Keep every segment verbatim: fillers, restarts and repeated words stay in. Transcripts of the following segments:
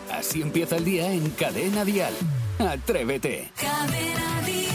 Así empieza el día en Cadena Dial. Atrévete. Cadena Dial.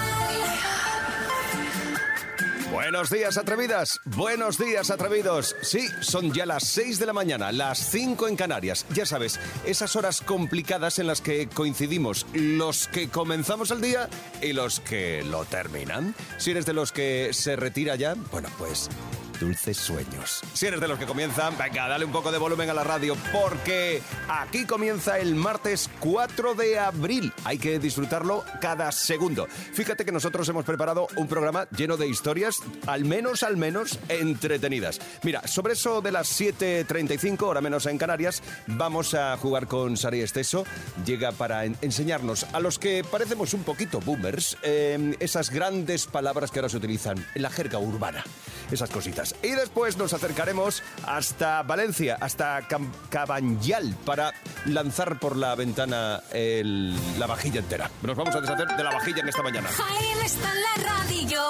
Buenos días, atrevidas. Buenos días, atrevidos. Sí, son ya las seis de la mañana, las cinco en Canarias. Ya sabes, esas horas complicadas en las que coincidimos los que comenzamos el día y los que lo terminan. Si eres de los que se retira ya, bueno, pues dulces sueños. Si eres de los que comienzan, venga, dale un poco de volumen a la radio, porque aquí comienza el martes cuatro de abril. Hay que disfrutarlo cada segundo. Fíjate que nosotros hemos preparado un programa lleno de historias, al menos, al menos, entretenidas. Mira, sobre eso de las siete treinta y cinco, hora menos en Canarias, vamos a jugar con Sari Esteso. Llega para en- enseñarnos a los que parecemos un poquito boomers, eh, esas grandes palabras que ahora se utilizan en la jerga urbana. Esas cositas. Y después nos acercaremos hasta Valencia, hasta Cam- Cabanyal, para lanzar por la ventana el- la vajilla entera. Nos vamos a deshacer de la vajilla en esta mañana. Jaime está en la radio.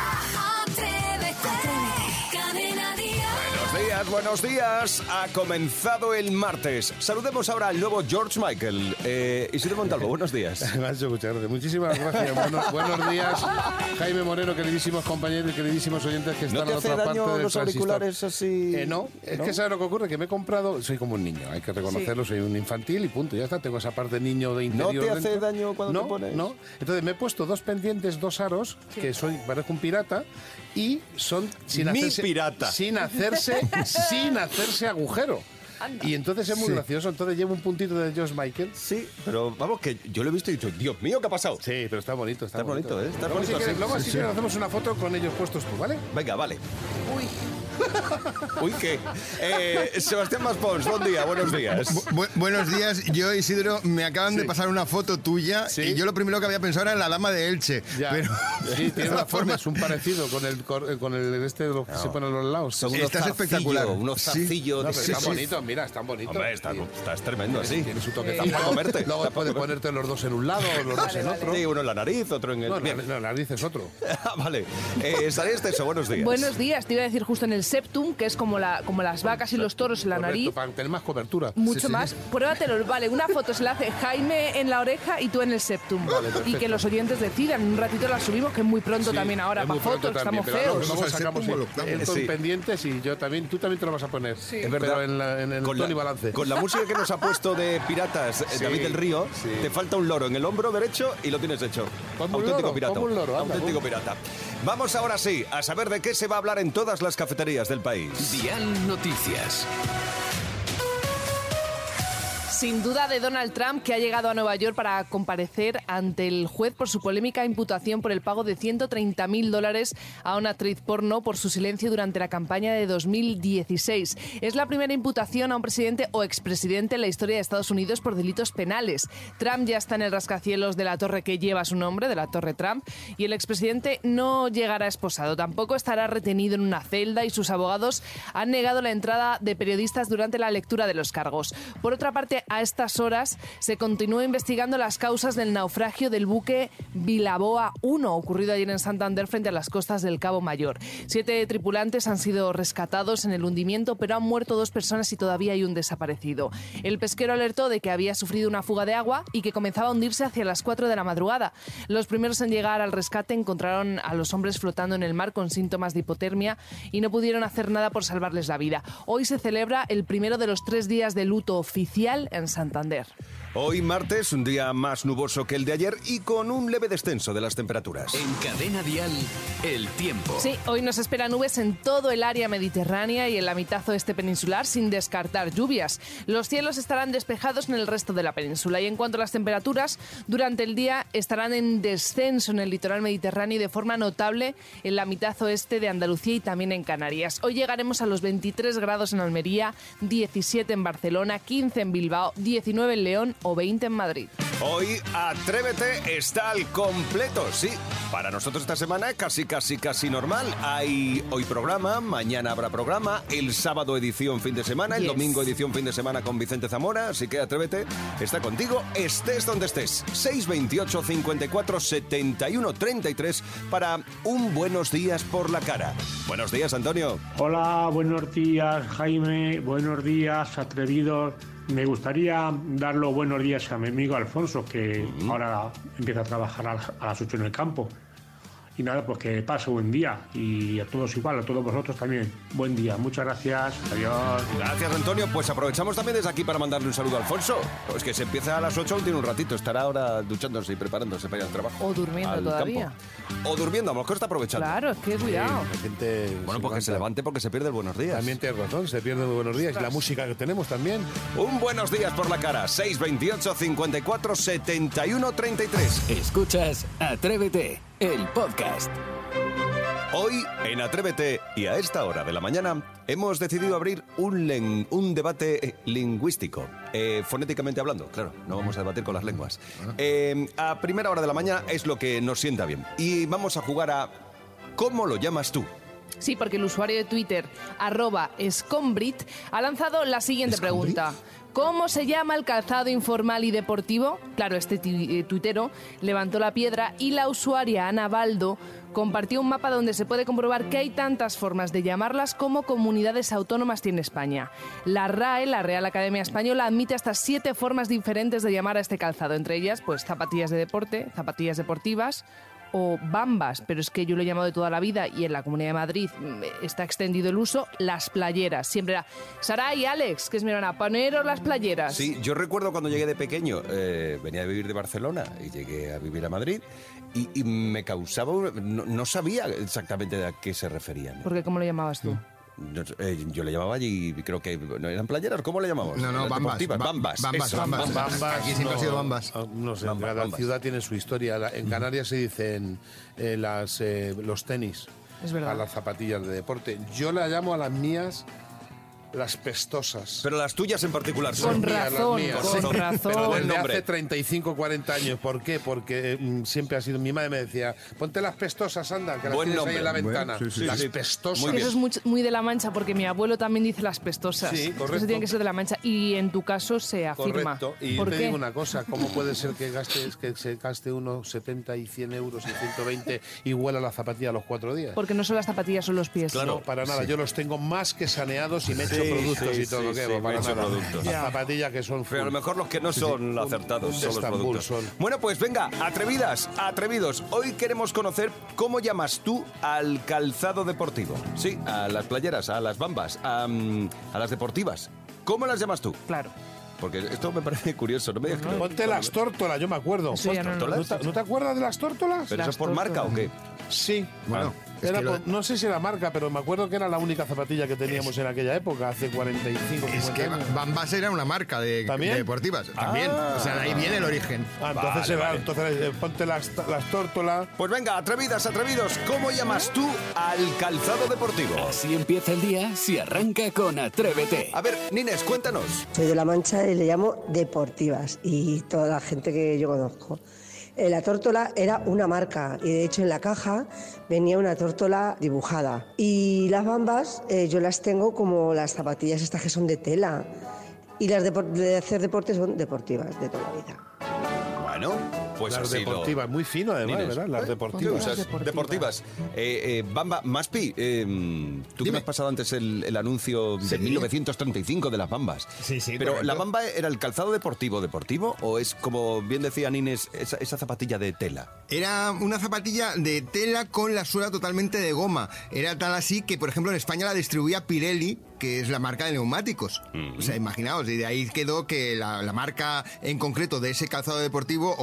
Atrévete. Cadena Dial. Buenos días, buenos días. Ha comenzado el martes. Saludemos ahora al nuevo George Michael. Eh, Isidro Montalvo, buenos días. Macho, muchas gracias. Muchísimas gracias. Buenos, buenos días, Jaime Moreno, queridísimos compañeros y queridísimos oyentes que ¿No están te a hace otra parte daño del los transistor. auriculares así? Eh, no, es ¿No? que ¿sabes lo que ocurre? Que me he comprado, soy como un niño, hay que reconocerlo, soy un infantil y punto, ya está, tengo esa parte niño de ¿No interior. te hace dentro. daño cuando no, te pones? No, entonces me he puesto dos pendientes, dos aros, que soy, parezco un pirata, y son sin Mi hacerse... pirata. Sin hacerse, sin hacerse agujero. Y entonces es muy Sí. gracioso, entonces llevo un puntito de George Michael. Sí, pero vamos, que yo lo he visto y he dicho, Dios mío, ¿qué ha pasado? Sí, pero está bonito, está, Está bonito, ¿eh? Está luego bonito si quieres, así. luego si Sí, quieres sí. hacemos una foto con ellos puestos tú, ¿vale? Venga, vale. Uy. Uy, ¿qué? Eh, Sebastián Maspons, buen día, buenos días. Bu- buenos días, yo Isidro, me acaban Sí. de pasar una foto tuya Sí. y yo lo primero que había pensado era en la dama de Elche. Ya. Pero Sí, tiene una forma, forma es un parecido con el cor- con el este de los que se ponen a los lados. Son unos Estás zarcillo, espectacular. unos Sí. zarcillos No, de pero sí, están sí. bonitos, mira, están bonitos. Hombre, estás, Sí. estás tremendo así. Tiene su toque. Está para comerte. Luego Está puedes para comer. ponerte los dos en un lado, los dos en otro. Sí, uno en la nariz, otro en el... No, la, Bien. no, la nariz es otro. Ah, vale. Eh, Sari Esteso, buenos días. Buenos días, te iba a decir justo en el septum, que es como, la, como las vacas y los toros en la Correcto, nariz. para tener más cobertura. Mucho Sí, sí. más. Pruébatelo, vale, una foto se la hace Jaime en la oreja y tú en el septum. Vale, perfecto. y que los oyentes decidan. Un ratito la subimos, que es muy pronto Sí, también ahora, es para muy pronto fotos, también, estamos pero feos. Luego Vamos al sacamos séptimo, el, lo- el ton Sí. pendientes y yo también, tú también te lo vas a poner. Sí. Es verdad. Pero en, la- en el Con ton la, y balance. con la música que nos ha puesto de Piratas eh, Sí, David del Río, sí. te falta un loro en el hombro derecho y lo tienes hecho. Como un Auténtico loro, pirata. como un loro, anda, Auténtico como- pirata. Vamos ahora sí a saber de qué se va a hablar en todas las cafeterías del país. Dial Noticias. Sin duda de Donald Trump, que ha llegado a Nueva York para comparecer ante el juez por su polémica imputación por el pago de ciento treinta mil dólares a una actriz porno por su silencio durante la campaña de dos mil dieciséis. Es la primera imputación a un presidente o expresidente en la historia de Estados Unidos por delitos penales. Trump ya está en el rascacielos de la torre que lleva su nombre, de la Torre Trump, y el expresidente no llegará esposado. Tampoco estará retenido en una celda y sus abogados han negado la entrada de periodistas durante la lectura de los cargos. Por otra parte, a estas horas se continúa investigando las causas del naufragio del buque Vilaboa uno, ocurrido ayer en Santander frente a las costas del Cabo Mayor. Siete tripulantes han sido rescatados en el hundimiento, pero han muerto dos personas y todavía hay un desaparecido. El pesquero alertó de que había sufrido una fuga de agua y que comenzaba a hundirse hacia las cuatro de la madrugada. Los primeros en llegar al rescate encontraron a los hombres flotando en el mar con síntomas de hipotermia y no pudieron hacer nada por salvarles la vida. Hoy se celebra el primero de los tres días de luto oficial en Santander. Hoy martes, un día más nuboso que el de ayer y con un leve descenso de las temperaturas. En Cadena Dial, el tiempo. Sí, hoy nos espera nubes en todo el área mediterránea y en la mitad oeste peninsular, sin descartar lluvias. Los cielos estarán despejados en el resto de la península. Y en cuanto a las temperaturas, durante el día estarán en descenso en el litoral mediterráneo y de forma notable en la mitad oeste de Andalucía y también en Canarias. Hoy llegaremos a los veintitrés grados en Almería, diecisiete en Barcelona, quince en Bilbao, diecinueve en León o veinte en Madrid. Hoy Atrévete está al completo, sí. Para nosotros esta semana casi, casi, casi normal. Hay hoy programa, mañana habrá programa, el sábado edición fin de semana, el Yes. domingo edición fin de semana con Vicente Zamora, así que Atrévete está contigo, estés donde estés. seis veintiocho, cincuenta y cuatro, setenta y uno, treinta y tres para un buenos días por la cara. Buenos días, Antonio. Hola, buenos días, Jaime. Buenos días, atrevidos. Me gustaría dar los buenos días a mi amigo Alfonso, que uh-huh. ahora empieza a trabajar a las, a las ocho en el campo. Y nada, pues que pase buen día. Y a todos igual, a todos vosotros también. Buen día, muchas gracias. Adiós. Gracias, Antonio. Pues aprovechamos también desde aquí para mandarle un saludo a Alfonso. Pues que se empieza a las ocho, aún tiene un ratito. Estará ahora duchándose y preparándose para ir al trabajo. O durmiendo todavía. Campo. O durmiendo, a lo mejor está aprovechando. Claro, es que cuidado. Sí, la gente bueno, pues que se levante porque se pierde el buenos días. También tienes razón, se pierde muy buenos días. Y la música que tenemos también. Un buenos días por la cara. seis veintiocho, cincuenta y cuatro, setenta y uno, treinta y tres. Escuchas Atrévete, el podcast. Hoy, en Atrévete y a esta hora de la mañana, hemos decidido abrir un, len- un debate lingüístico. Eh, fonéticamente hablando, claro, no vamos a debatir con las lenguas. Eh, a primera hora de la mañana es lo que nos sienta bien. Y vamos a jugar a ¿cómo lo llamas tú? Sí, porque el usuario de Twitter, arroba Scombrit, ha lanzado la siguiente pregunta. ¿Cómo se llama el calzado informal y deportivo? Claro, este tu- tuitero levantó la piedra y la usuaria Ana Baldo compartió un mapa donde se puede comprobar que hay tantas formas de llamarlas como comunidades autónomas tiene España. La R A E, la Real Academia Española, admite hasta siete formas diferentes de llamar a este calzado, entre ellas pues zapatillas de deporte, zapatillas deportivas o bambas, pero es que yo lo he llamado de toda la vida y en la Comunidad de Madrid está extendido el uso, las playeras. Siempre era, Sara y Alex, que es mi hermana, poneros las playeras. Sí, yo recuerdo cuando llegué de pequeño, eh, venía a vivir de Barcelona y llegué a vivir a Madrid y, y me causaba, un- no, no sabía exactamente a qué se referían. Porque ¿cómo lo llamabas tú? No, eh, yo le llamaba allí, creo que ¿no eran playeras? ¿Cómo le llamamos? No, no, Eran bambas. deportivas, Ba- bambas. bambas, eso, bambas. bambas. Aquí siempre ha sido bambas. Ah, No sé, Bambas, cada bambas. ciudad tiene su historia. La- En Canarias se dicen eh, las, eh, los tenis Es verdad. a las zapatillas de deporte. Yo la llamo a las mías las pestosas. Pero las tuyas en particular son. Con mías, las razón, mías. con Sí. razón. Pero buen Desde nombre. hace treinta y cinco, cuarenta años. ¿Por qué? Porque mm, siempre ha sido... Mi madre me decía, ponte las pestosas, anda, que las Buen tienes nombre. ahí en la Bueno, ventana. sí, sí, las sí. pestosas. Muy bien. Eso es muy, muy de la Mancha, porque mi abuelo también dice las pestosas. Sí, correcto. Eso tiene que ser de la Mancha. Y en tu caso se afirma. Correcto. Y ¿Por te qué? digo una cosa, ¿cómo puede ser que gastes, que se gaste uno setenta y cien euros y ciento veinte y huela la zapatilla a los cuatro días? Porque no son las zapatillas, son los pies. Claro. No, para nada. Yo los tengo más que saneados y me he hecho Sí, productos sí, y todo sí, lo que sí, hago, me para he hecho nada. productos. Las zapatillas que son Pero a lo full. mejor los que no Sí, son sí. Un- acertados un son de los Estambul productos. son. Bueno, pues venga, atrevidas, atrevidos. Hoy queremos conocer cómo llamas tú al calzado deportivo. Sí, a las playeras, a las bambas, a, mm, a las deportivas. ¿Cómo las llamas tú? Claro. Porque esto me parece curioso. No me digas que no. Ponte las tórtolas, yo me acuerdo. Eso ya no- ¿No te, no te acuerdas de las tórtolas? ¿Pero eso es por Las marca o qué? Sí. Bueno, es Era que lo- por- no sé si era marca, pero me acuerdo que era la única zapatilla que teníamos en aquella época, hace cuarenta y cinco, Es cincuenta que años. Bambas era una marca de, ¿También? de deportivas. También. O sea, de ahí viene el origen. Ah, entonces, Vale, era- vale. entonces eh, ponte las, las tórtolas. Pues venga, atrevidas, atrevidos. ¿Cómo llamas tú al calzado deportivo? Así empieza el día si arranca con Atrévete. A ver, Nines, cuéntanos. Soy de La Mancha y le llamo deportivas y toda la gente que yo conozco. Eh, La tórtola era una marca y de hecho en la caja venía una tórtola dibujada. Y las bambas eh, yo las tengo como las zapatillas estas que son de tela y las depor- de hacer deporte son deportivas de toda la vida. Bueno, pues las así lo- deportivas, muy fino además, Nines. ¿verdad? Las ¿Qué deportivas. usas? Deportivas. Deportivas. Eh, eh, Bamba, Maspi, eh, tú que Dime. me has pasado antes el, el anuncio de Sí. mil novecientos treinta y cinco de las bambas. Sí, sí, Pero correcto. ¿la bamba era el calzado deportivo deportivo o es, como bien decía Nines, esa, esa zapatilla de tela? Era una zapatilla de tela con la suela totalmente de goma. Era tal así que, por ejemplo, en España la distribuía Pirelli, que es la marca de neumáticos. O sea, imaginaos, y de ahí quedó que la, la marca en concreto de ese calzado deportivo o calzado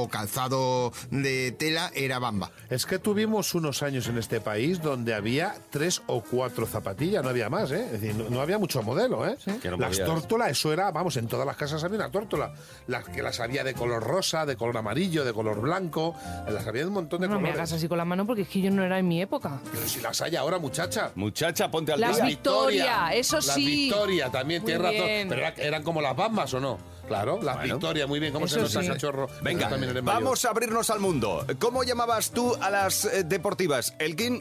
calzado de tela era Bamba. Es que tuvimos unos años en este país donde había tres o cuatro zapatillas, no había más, ¿eh? Es decir, no, no había mucho modelo, ¿eh? Que no las podías. tórtolas, eso era, vamos, en todas las casas había una tórtola. Las que las había de color rosa, de color amarillo, de color blanco, las había de un montón de No me colores. hagas así con la mano porque es que yo no era en mi época. Pero si las hay ahora, muchacha. Muchacha, ponte al Las día. Victoria, eso Las sí. Victoria, también Muy tienes razón. bien. Pero era- eran como las Bambas, ¿o no? Claro, las Bueno. Victoria, muy bien. ¿Cómo Eso se nota, sí. cachorro? Venga, Tú también eres mayor. vamos a abrirnos al mundo. ¿Cómo llamabas tú a las eh, deportivas? ¿Elkin?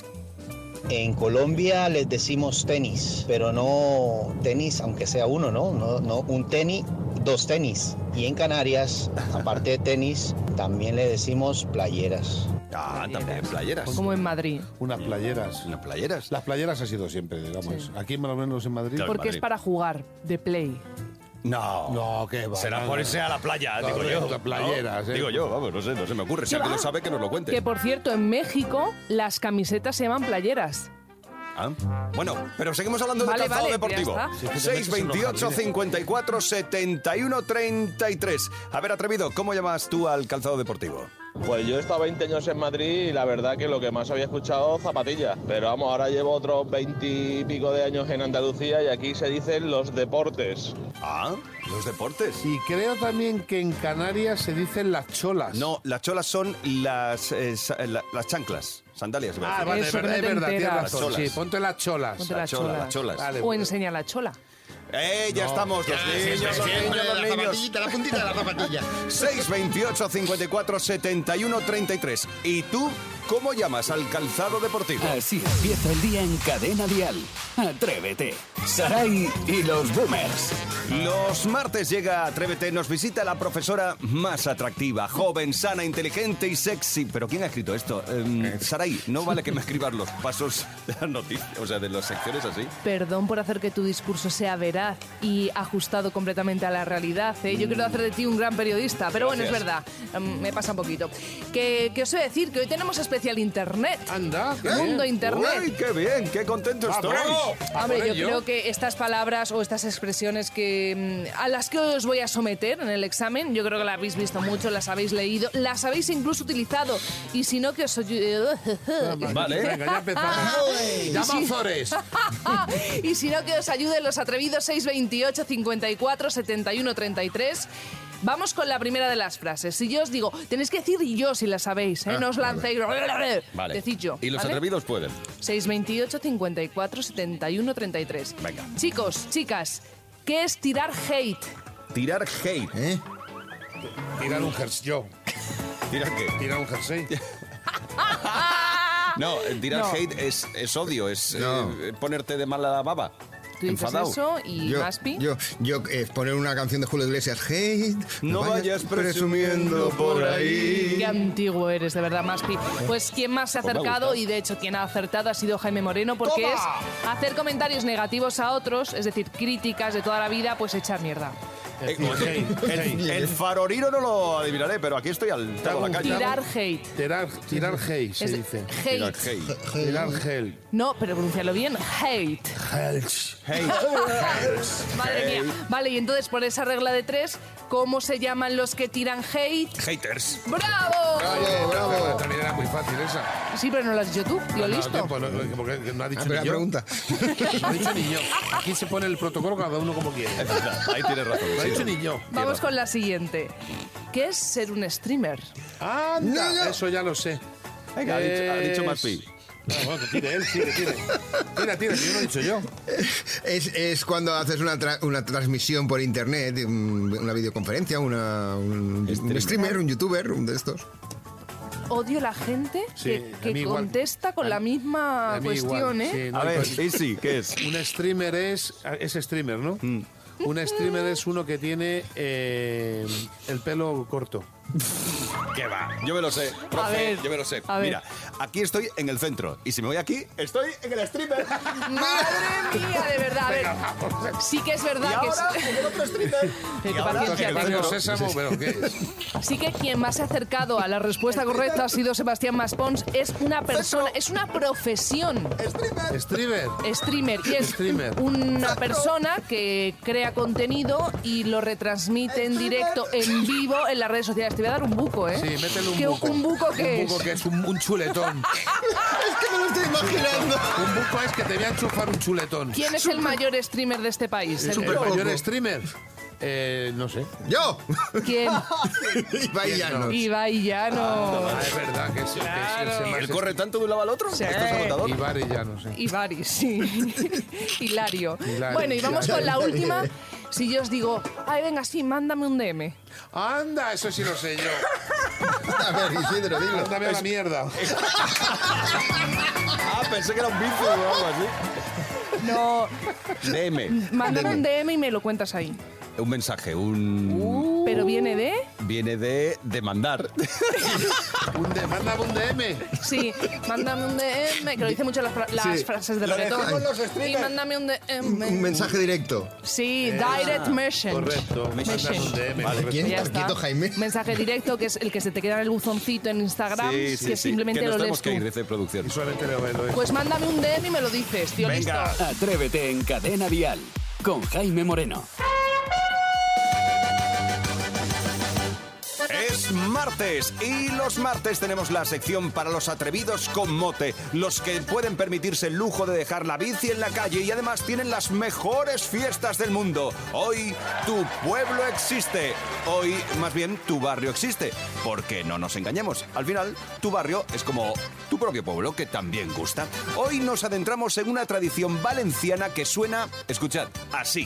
En Colombia les decimos tenis, pero no tenis, aunque sea uno, ¿no? No, no un tenis, dos tenis. Y en Canarias, aparte de tenis, también le decimos playeras. Ah, también playeras. Como en Madrid. Unas playeras. ¿Unas playeras? Las playeras ha sido siempre, digamos. Aquí más o menos en Madrid. Claro. Porque Madrid. es para jugar, de play. No. No, qué va. Será no, por no. irse a la playa, digo Correcto, yo. playeras, ¿no? ¿eh? Digo yo, vamos, no sé, no se me ocurre. Si alguien lo sabe, que nos lo cuente. Que por cierto, en México las camisetas se llaman playeras. Ah, bueno, pero seguimos hablando Vale, del calzado vale, deportivo. ya está. Sí, que te seis metes en los veintiocho, jardines. cincuenta y cuatro, setenta y uno, treinta y tres. A ver, atrevido, ¿cómo llamas tú al calzado deportivo? Pues yo he estado veinte años en Madrid y la verdad que lo que más había escuchado zapatillas. Pero vamos, ahora llevo otros veinte y pico de años en Andalucía y aquí se dicen los deportes. Ah, los deportes. Y creo también que en Canarias se dicen las cholas. No, las cholas son las, eh, sa- la- las chanclas, sandalias. iba a Ah, decir. vale, Eso, es que verdad, no es te verdad, tienes enteras. razón. Las Sí, cholas. ponte las cholas. Ponte Las las cholas, cholas. las cholas. Vale, O enseña la chola. Eh, ya estamos, los niños, los niños, los la niños. zapatillita, la puntita de la zapatilla. seis veintiocho, cincuenta y cuatro, setenta y uno, treinta y tres. ¿Y tú cómo llamas al calzado deportivo? Así empieza el día en Cadena Dial. Atrévete. Saray y los Boomers. Los martes llega Atrévete, nos visita la profesora más atractiva, joven, sana, inteligente y sexy. ¿Pero quién ha escrito esto? Eh, Saray, no vale que me escribas los pasos de las noticias, o sea, de las secciones así. Perdón por hacer que tu discurso sea veraz y ajustado completamente a la realidad, ¿eh? Yo quiero hacer de ti un gran periodista, pero bueno, es Gracias. verdad, mm, me pasa un poquito. Que, que os voy a decir que hoy tenemos especial internet. Anda, qué Mundo bien. internet. ¡Uy, qué bien! ¡Qué contento Ah, estoy! bravo. A Hombre, por yo ello. creo que estas palabras o estas expresiones que mm, a las que os voy a someter en el examen, yo creo que las habéis visto mucho, las habéis leído, las habéis incluso utilizado. Y si no, que os ayude. Vale. Venga, ya empezamos. Llama a Zores. Y si no, que os ayuden los atrevidos seis veintiocho, cincuenta y cuatro, setenta y uno, treinta y tres. Vamos con la primera de las frases. Si yo os digo, tenéis que decir yo si la sabéis, ¿eh? No os lancéis. Vale. Decid yo. Y los ¿vale? atrevidos pueden. seis veintiocho, cincuenta y cuatro, setenta y uno, treinta y tres. Venga. Chicos, chicas, ¿qué es tirar hate? Tirar hate. ¿Eh? Tirar un jersey. Yo. ¿Tirar qué? Tirar un jersey. No, eh, tirar No. hate es, es odio, es No. eh, ponerte de mala baba. Tú dices Enfadado. eso y Yo, Maspi. yo, yo eh, poner una canción de Julio Iglesias, hate. No vayas presumiendo por ahí. Qué antiguo eres, de verdad, Maspi. Pues quien más se ha Pues me ha acercado, gustado. y de hecho quien ha acertado ha sido Jaime Moreno, porque ¡Toma! es hacer comentarios negativos a otros, es decir, críticas de toda la vida, pues echar mierda. Eh, el, el faroriro no lo adivinaré, pero aquí estoy al lado de la calle. Tirar hate. Tirar, tirar hate, se Es dice. Tirar hate. hate. Tirar gel. No, pero pronunciarlo bien, hate. Hate. Madre mía. Vale, y entonces por esa regla de tres, ¿cómo se llaman los que tiran hate? Haters. ¡Bravo! Bravo, bravo. También era muy fácil esa. Sí, pero no lo has dicho tú, lo No, listo. pues no, no, porque no ha dicho Ah, pero ni la yo. pregunta. No ha dicho ni yo. Aquí se pone el protocolo cada uno como quiere. Es verdad, ahí tienes razón. No ha sí. dicho ni yo. Vamos con la siguiente. ¿Qué es ser un streamer? Anda, No, no. eso ya lo sé. Venga, ha dicho, ha dicho Es- Maspi. No, bueno, que tire él, tire, tire. Tira, tira, que yo no he dicho yo. Es, es cuando haces una, tra- una transmisión por internet, un- una videoconferencia, una, un, un Streamer. streamer, un youtuber, un de estos. Odio la gente Sí, que, a que mí igual. contesta con A- la misma A mí cuestión, igual, ¿eh? sí, no, A ver, pues, Easy, ¿qué es? un streamer es... Es streamer, ¿no? Mm. Un streamer es uno que tiene eh, el pelo corto. ¿Qué va? Yo me lo sé, profe, ver, yo me lo sé. a ver. Mira, aquí estoy en el centro. Y si me voy aquí, estoy en el streamer. Madre mía, de verdad. A ver, sí que es verdad Y que ahora, es- en el otro streamer. Qué Y ahora, paciencia en el tengo. ¿Pero centro. sésamo, pero qué es? Sí que quien más se ha acercado a la respuesta correcta ha sido Sebastián Maspons. Es una persona, es una profesión. Streamer. Streamer. Y es Streamer. una persona que crea contenido y lo retransmite en directo, en vivo, en las redes sociales. Te te voy a dar un buco, ¿eh? Sí, métele un ¿Qué, buco. ¿Un buco qué Un es? buco que es un, un chuletón. Es que me lo estoy imaginando. Un buco es que te voy a enchufar un chuletón. ¿Quién es el mayor streamer de este país? ¿El El- mayor streamer? Eh, no sé. ¡Yo! ¿Quién? Ibai Llanos. Ibai Llanos. Ah, es verdad que es, que es- Claro. es el ¿Y más él corre tanto de un lado al otro? Sí. ¿Esto es agotador? Ibai Llanos, sí. Ibaris, sí. Hilario. Hilario. Bueno, y vamos con la última. Si yo os digo, ay, venga, sí, mándame un D M. Anda, eso sí lo sé yo. A ver, Isidro, dilo. Mándame a la mierda. Ah, pensé que era un bici o algo así. No, D M. mándame un D M y me lo cuentas ahí. Un mensaje, un... Pero viene de... Viene de demandar. Un D- mándame un D M. Sí, mándame un D M, que lo dice mucho las, fra- las Sí. frases de Lo Loreto. dejamos los Y streamers. mándame un D Un M. mensaje directo. Sí, direct message. Correcto, mándame un D M. Vale. correcto. ¿Quién? Ya está. Quieto, Jaime. Mensaje directo, que es el que se te queda en el buzoncito en Instagram, Sí, sí, que sí. simplemente que nos lo tenemos lees que ir, tú. dice producción. Y solamente leo lo es. Pues mándame un D M y me lo dices, tío, Venga, listo. Atrévete en Cadena Dial con Jaime Moreno. Es martes y los martes tenemos la sección para los atrevidos con mote, los que pueden permitirse el lujo de dejar la bici en la calle y además tienen las mejores fiestas del mundo. Hoy tu pueblo existe, hoy más bien tu barrio existe, porque no nos engañemos, al final tu barrio es como tu propio pueblo que también gusta. Hoy nos adentramos en una tradición valenciana que suena, escuchad, así.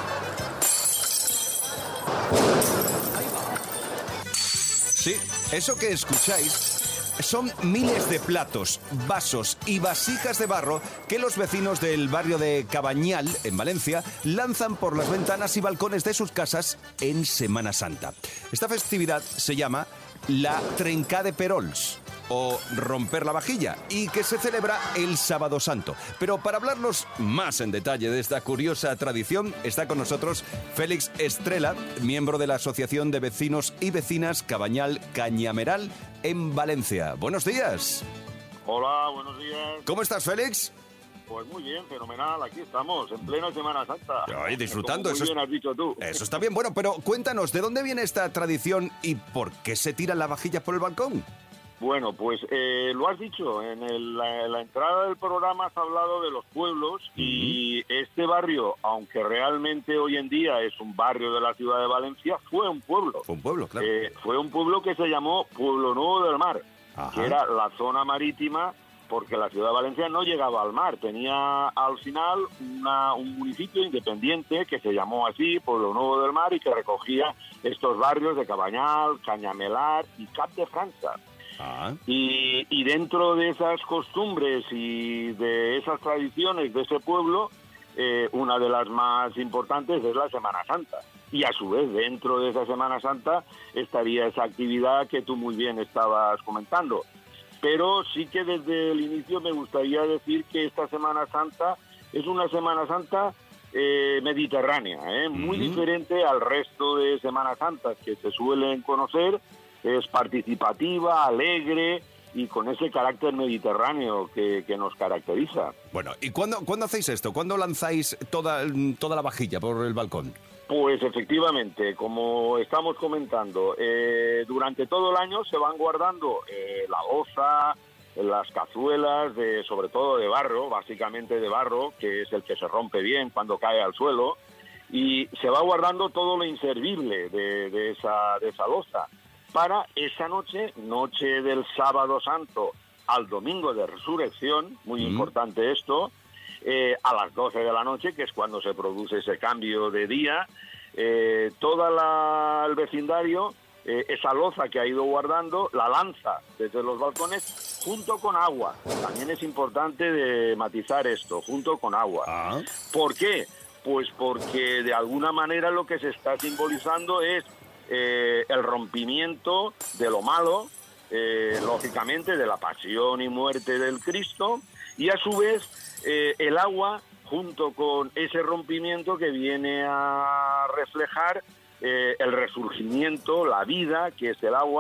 Sí, eso que escucháis son miles de platos, vasos y vasijas de barro que los vecinos del barrio de Cabañal, en Valencia, lanzan por las ventanas y balcones de sus casas en Semana Santa. Esta festividad se llama la Trencà de Perols, o romper la vajilla, y que se celebra el Sábado Santo. Pero para hablarnos más en detalle de esta curiosa tradición, está con nosotros Félix Estrela, miembro de la Asociación de Vecinos y Vecinas Cabañal Cañameral en Valencia. Buenos días. Hola, buenos días. ¿Cómo estás, Félix? Pues muy bien, fenomenal. Aquí estamos, en plena Semana Santa. Ay, disfrutando, Como eso muy es- bien has dicho tú. Eso está bien. Bueno, pero cuéntanos, ¿de dónde viene esta tradición y por qué se tiran las vajillas por el balcón? Bueno, pues eh, lo has dicho, en, el- la, en la entrada del programa has hablado de los pueblos y este barrio, aunque realmente hoy en día es un barrio de la ciudad de Valencia, fue un pueblo. Fue un pueblo, claro. Eh, fue un pueblo que se llamó Pueblo Nuevo del Mar, Ajá. que era la zona marítima, porque la ciudad de Valencia no llegaba al mar, tenía al final una- un municipio independiente que se llamó así, Pueblo Nuevo del Mar, y que recogía estos barrios de Cabañal, Cañamelar y Cap de França. Ah. Y, y dentro de esas costumbres y de esas tradiciones de ese pueblo, eh, una de las más importantes es la Semana Santa. Y a su vez, dentro de esa Semana Santa estaría esa actividad que tú muy bien estabas comentando. Pero sí que desde el inicio me gustaría decir que esta Semana Santa es una Semana Santa eh, mediterránea, ¿eh? muy diferente al resto de Semanas Santas que se suelen conocer. Es participativa, alegre y con ese carácter mediterráneo que, que nos caracteriza. Bueno, ¿y cuándo, cuándo hacéis esto? ¿Cuándo lanzáis toda, toda la vajilla por el balcón? Pues efectivamente, como estamos comentando, eh, durante todo el año se van guardando eh, la loza, las cazuelas, de, sobre todo de barro, básicamente de barro, que es el que se rompe bien cuando cae al suelo, y se va guardando todo lo inservible de, de, esa, de esa loza, para esa noche, noche del Sábado Santo al Domingo de Resurrección, muy Mm. importante esto, eh, a las doce de la noche, que es cuando se produce ese cambio de día, eh, todo el vecindario, eh, esa loza que ha ido guardando, la lanza desde los balcones junto con agua. También es importante de matizar esto, junto con agua. Ah. ¿Por qué? Pues porque de alguna manera lo que se está simbolizando es eh, el rompimiento de lo malo, eh, lógicamente de la pasión y muerte del Cristo, y a su vez eh, el agua junto con ese rompimiento que viene a reflejar eh, el resurgimiento, la vida, que es el agua,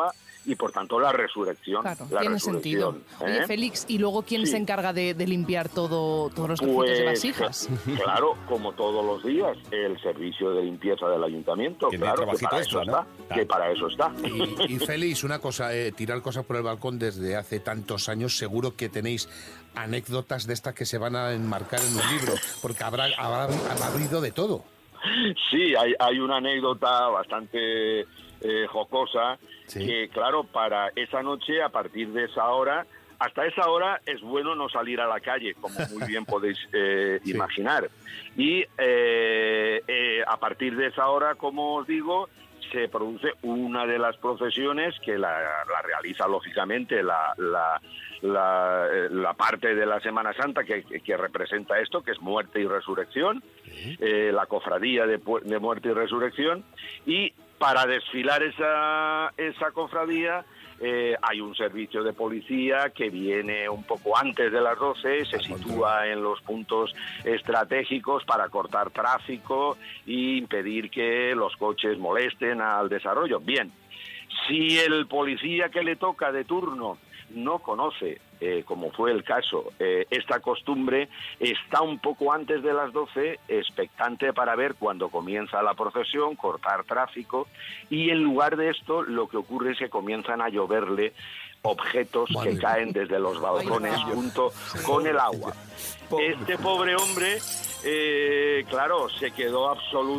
y por tanto la resurrección. Claro, la tiene resurrección, sentido. ¿eh? Oye, Félix, ¿y luego quién Sí. se encarga de, de limpiar todo, todos los trocitos Pues, de vasijas? claro, como todos los días, el servicio de limpieza del ayuntamiento, Tiene claro, que trabajito para extra, eso ¿no? está, que para eso está. Y, y Félix, una cosa, eh, tirar cosas por el balcón desde hace tantos años, seguro que tenéis anécdotas de estas que se van a enmarcar en un libro, porque habrá, habrá, habrá habido de todo. Sí, hay, hay una anécdota bastante eh, jocosa, Sí. que claro, para esa noche, a partir de esa hora, hasta esa hora es bueno no salir a la calle, como muy bien podéis eh, Sí. imaginar. Y eh, eh, a partir de esa hora, como os digo, se produce una de las procesiones que la, la realiza lógicamente la, la, la, eh, la parte de la Semana Santa que, que representa esto, que es muerte y resurrección, eh, la cofradía de, pu- de muerte y resurrección, y para desfilar esa, esa cofradía eh, hay un servicio de policía que viene un poco antes de las doce, se sitúa en los puntos estratégicos para cortar tráfico e impedir que los coches molesten al desarrollo. Bien, si el policía que le toca de turno no conoce, eh, como fue el caso, eh, esta costumbre, está un poco antes de las doce, expectante para ver cuando comienza la procesión, cortar tráfico, y en lugar de esto lo que ocurre es que comienzan a lloverle objetos Madre que mía. caen desde los balcones junto con el agua. Este pobre hombre, eh, claro, se quedó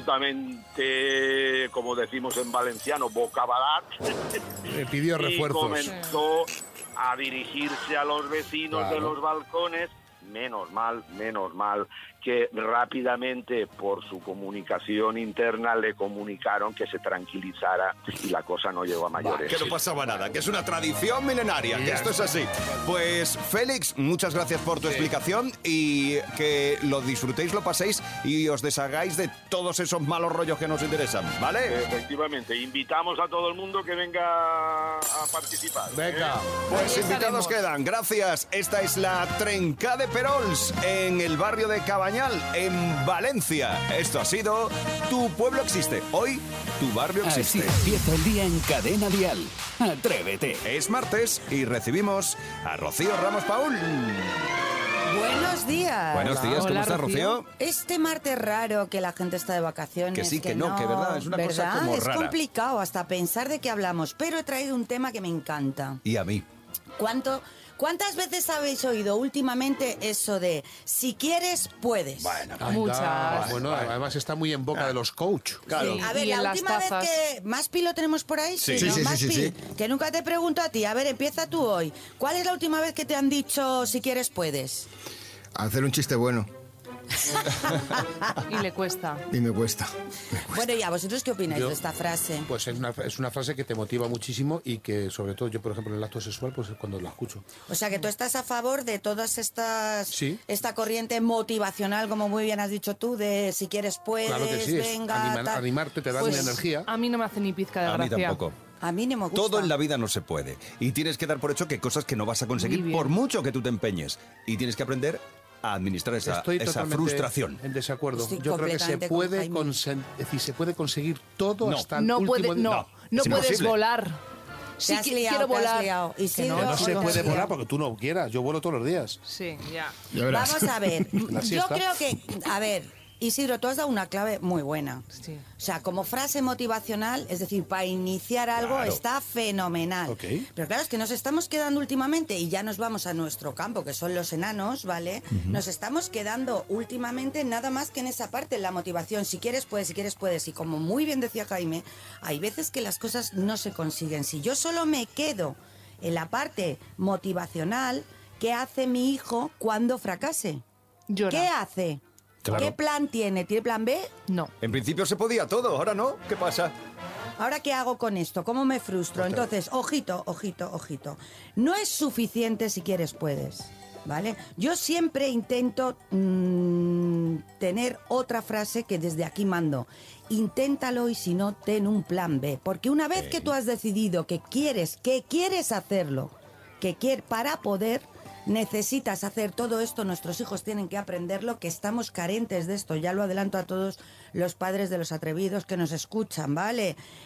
absolutamente, como decimos en valenciano, bocabadat. Eh, pidió Y refuerzos. comenzó a dirigirse a los vecinos Claro. de los balcones. Menos mal, menos mal que rápidamente por su comunicación interna le comunicaron que se tranquilizara y la cosa no llegó a mayores. Que no pasaba nada, que es una tradición milenaria, que Ya esto es así. Pues Félix, muchas gracias por tu explicación y que lo disfrutéis, lo paséis y os deshagáis de todos esos malos rollos que nos interesan, ¿vale? Efectivamente, invitamos a todo el mundo que venga a participar. Venga. Pues Ahí invitados estaremos. quedan, gracias. Esta es la Trenca de Perols en el barrio de Cabañal, en Valencia. Esto ha sido Tu Pueblo Existe. Hoy, tu barrio Así existe. empieza el día en Cadena Dial. Atrévete. Es martes y recibimos a Rocío Ramos Paul. Buenos días. Buenos días, ¿cómo Hola, estás, Rocío. Rocío? Este martes raro que la gente está de vacaciones. Que sí, que no, que verdad, es una cosa ¿verdad? como Es rara. complicado hasta pensar de qué hablamos, pero he traído un tema que me encanta. Y a mí. ¿Cuánto, ¿Cuántas veces habéis oído últimamente eso de si quieres, puedes? Bueno, Anda. Muchas. Bueno, además está muy en boca de los coach. claro. Sí. A ver, Y en la las última vez tazas. que... ¿Más pi lo tenemos por ahí? Sí. Sí, ¿no? sí, Más sí, pi, sí, que nunca te pregunto a ti. A ver, empieza tú hoy. ¿Cuál es la última vez que te han dicho si quieres, puedes? Hacer un chiste bueno. Y le cuesta. Y me cuesta. Bueno, ¿y a vosotros qué opináis Yo- de esta frase? Pues es una, es una frase que te motiva muchísimo y que, sobre todo, yo, por ejemplo, en el acto sexual, pues es cuando la escucho. O sea, que tú estás a favor de todas estas... Sí. Esta corriente motivacional, como muy bien has dicho tú, de si quieres, puedes, Claro que sí, es venga... anima- tal. animarte, te da Pues, una energía. A mí no me hace ni pizca de A mí gracia. tampoco. A mí no me gusta. Todo en la vida no se puede. Y tienes que dar por hecho que hay cosas que no vas a conseguir Muy bien. por mucho que tú te empeñes. Y tienes que aprender a administrar esa, Estoy esa totalmente frustración. en desacuerdo. Estoy Yo creo que se completamente con puede, Jaime. consen- es decir, se puede conseguir todo No. hasta el No, último puede, día. no, No, no es puedes imposible. volar. Te Sí, has que- liado, quiero te has volar. liado. Que Isidro, no, No se no, puede no. volar porque tú no quieras. Yo vuelo todos los días. Sí, ya. Ya verás. Vamos a ver. La Yo siesta. creo que... A ver, Isidro, tú has dado una clave muy buena. Sí. O sea, como frase motivacional, es decir, para iniciar algo Claro. está fenomenal. Ok. Pero claro, es que nos estamos quedando últimamente, y ya nos vamos a nuestro campo, que son los enanos, ¿vale? Nos estamos quedando últimamente nada más que en esa parte, en la motivación. Si quieres, puedes, si quieres, puedes. Y como muy bien decía Jaime, hay veces que las cosas no se consiguen. Si yo solo me quedo en la parte motivacional, ¿qué hace mi hijo cuando fracase? Llora. ¿Qué hace? Claro. ¿Qué plan tiene? ¿Tiene plan B? No. En principio se podía todo, ahora no. ¿Qué pasa? ¿Ahora qué hago con esto? ¿Cómo me frustro? Entonces, ojito, ojito, ojito. No es suficiente si quieres, puedes. ¿Vale? Yo siempre intento mm, tener otra frase que desde aquí mando. Inténtalo y si no, ten un plan B. Porque una vez que tú has decidido que quieres, que quieres hacerlo, que quieres, para poder, necesitas hacer todo esto, nuestros hijos tienen que aprenderlo, que estamos carentes de esto. Ya lo adelanto a todos los padres de los atrevidos que nos escuchan, ¿vale?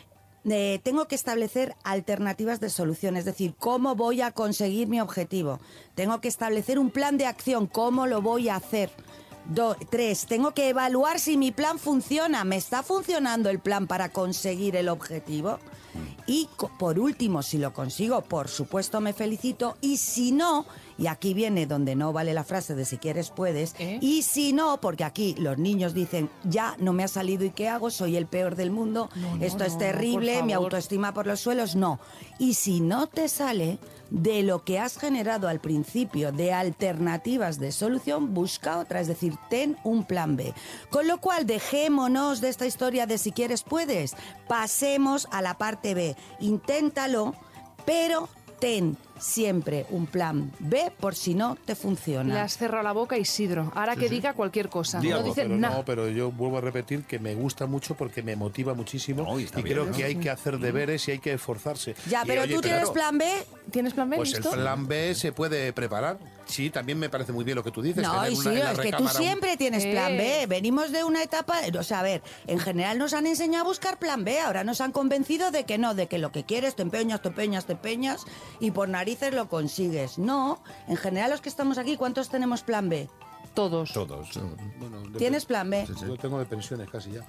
eh, tengo que establecer alternativas de solución, es decir, cómo voy a conseguir mi objetivo. Tengo que establecer un plan de acción, cómo lo voy a hacer. Do, tres, tengo que evaluar si mi plan funciona. ¿Me está funcionando el plan para conseguir el objetivo? Y co- por último, si lo consigo, por supuesto me felicito. Y si no, y aquí viene donde no vale la frase de si quieres puedes, ¿Eh? y si no, porque aquí los niños dicen, ya no me ha salido y ¿qué hago? Soy el peor del mundo, No, no, esto es no, terrible, por mi favor. autoestima por los suelos, no. Y si no te sale, de lo que has generado al principio de alternativas de solución, busca otra, es decir, ten un plan B. Con lo cual, dejémonos de esta historia de si quieres puedes, pasemos a la parte B. Inténtalo, pero ten siempre un plan B por si no te Le funciona. has cerrado la boca, Isidro. Ahora que diga cualquier cosa. Di No algo, dice pero nada. no, pero yo vuelvo a repetir que me gusta mucho porque me motiva muchísimo No, y y, está bien, creo ¿no? que hay que hacer deberes y hay que esforzarse. Ya, Y, pero oye, tú tienes claro, plan B. ¿Tienes plan B? Pues ¿Listo? el plan B se puede preparar. Sí, también me parece muy bien lo que tú dices. No, tener y una- sí, en la es que tú recámara un- siempre tienes plan Eh. B. Venimos de una etapa, o sea, a ver, en general nos han enseñado a buscar plan B, ahora nos han convencido de que no, de que lo que quieres te empeñas, te empeñas, te empeñas y por narices lo consigues. No, en general los que estamos aquí, ¿cuántos tenemos plan B? Todos. Todos. Bueno, de- ¿Tienes plan B? Yo tengo de pensiones casi ya.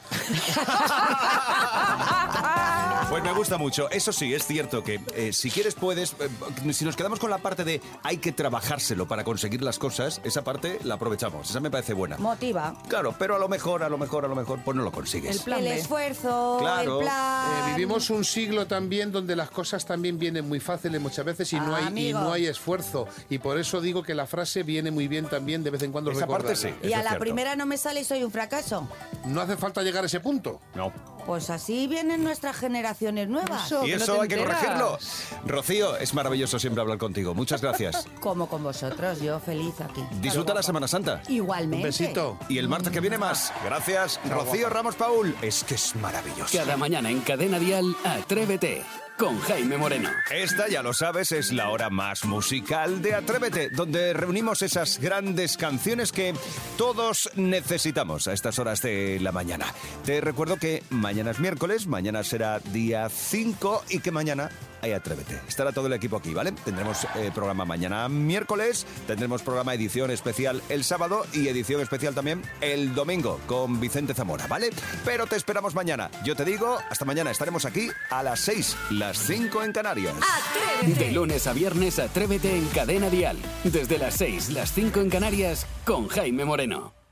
Pues me gusta mucho. Eso sí, es cierto que eh, si quieres puedes. eh, si nos quedamos con la parte de hay que trabajárselo para conseguir las cosas, esa parte la aprovechamos. Esa me parece buena. Motiva. Claro, pero a lo mejor, a lo mejor, a lo mejor, pues no lo El consigues. plan el B. esfuerzo, Claro. el plan... Eh, vivimos un siglo también donde las cosas también vienen muy fáciles muchas veces y no Ah, hay y amigo. no hay esfuerzo. Y por eso digo que la frase viene muy bien también de vez en cuando Esa parte recordarla. sí. Y eso a es la cierto. primera no me sale y soy un fracaso. No hace falta llegar a ese punto. No. Pues así vienen nuestras generaciones nuevas. Eso. Y que no eso te hay que enteras. corregirlo. Rocío, es maravilloso siempre hablar contigo. Muchas gracias. Como con vosotros, yo feliz aquí. Disfruta la Semana Santa. Igualmente. Un besito. Y el martes que viene más. Gracias, Rocío Ramos Paul. Es que es maravilloso. Cada mañana en Cadena Dial, Atrévete con Jaime Moreno. Esta, ya lo sabes, es la hora más musical de Atrévete, donde reunimos esas grandes canciones que todos necesitamos a estas horas de la mañana. Te recuerdo que mañana es miércoles, mañana será día cinco y que mañana hay Atrévete. Estará todo el equipo aquí, ¿vale? Tendremos eh, programa mañana miércoles, tendremos programa edición especial el sábado y edición especial también el domingo con Vicente Zamora, ¿vale? Pero te esperamos mañana. Yo te digo, hasta mañana estaremos aquí a las seis, las cinco en Canarias. De lunes a viernes, Atrévete en Cadena Dial. Desde las seis, las cinco en Canarias, con Jaime Moreno.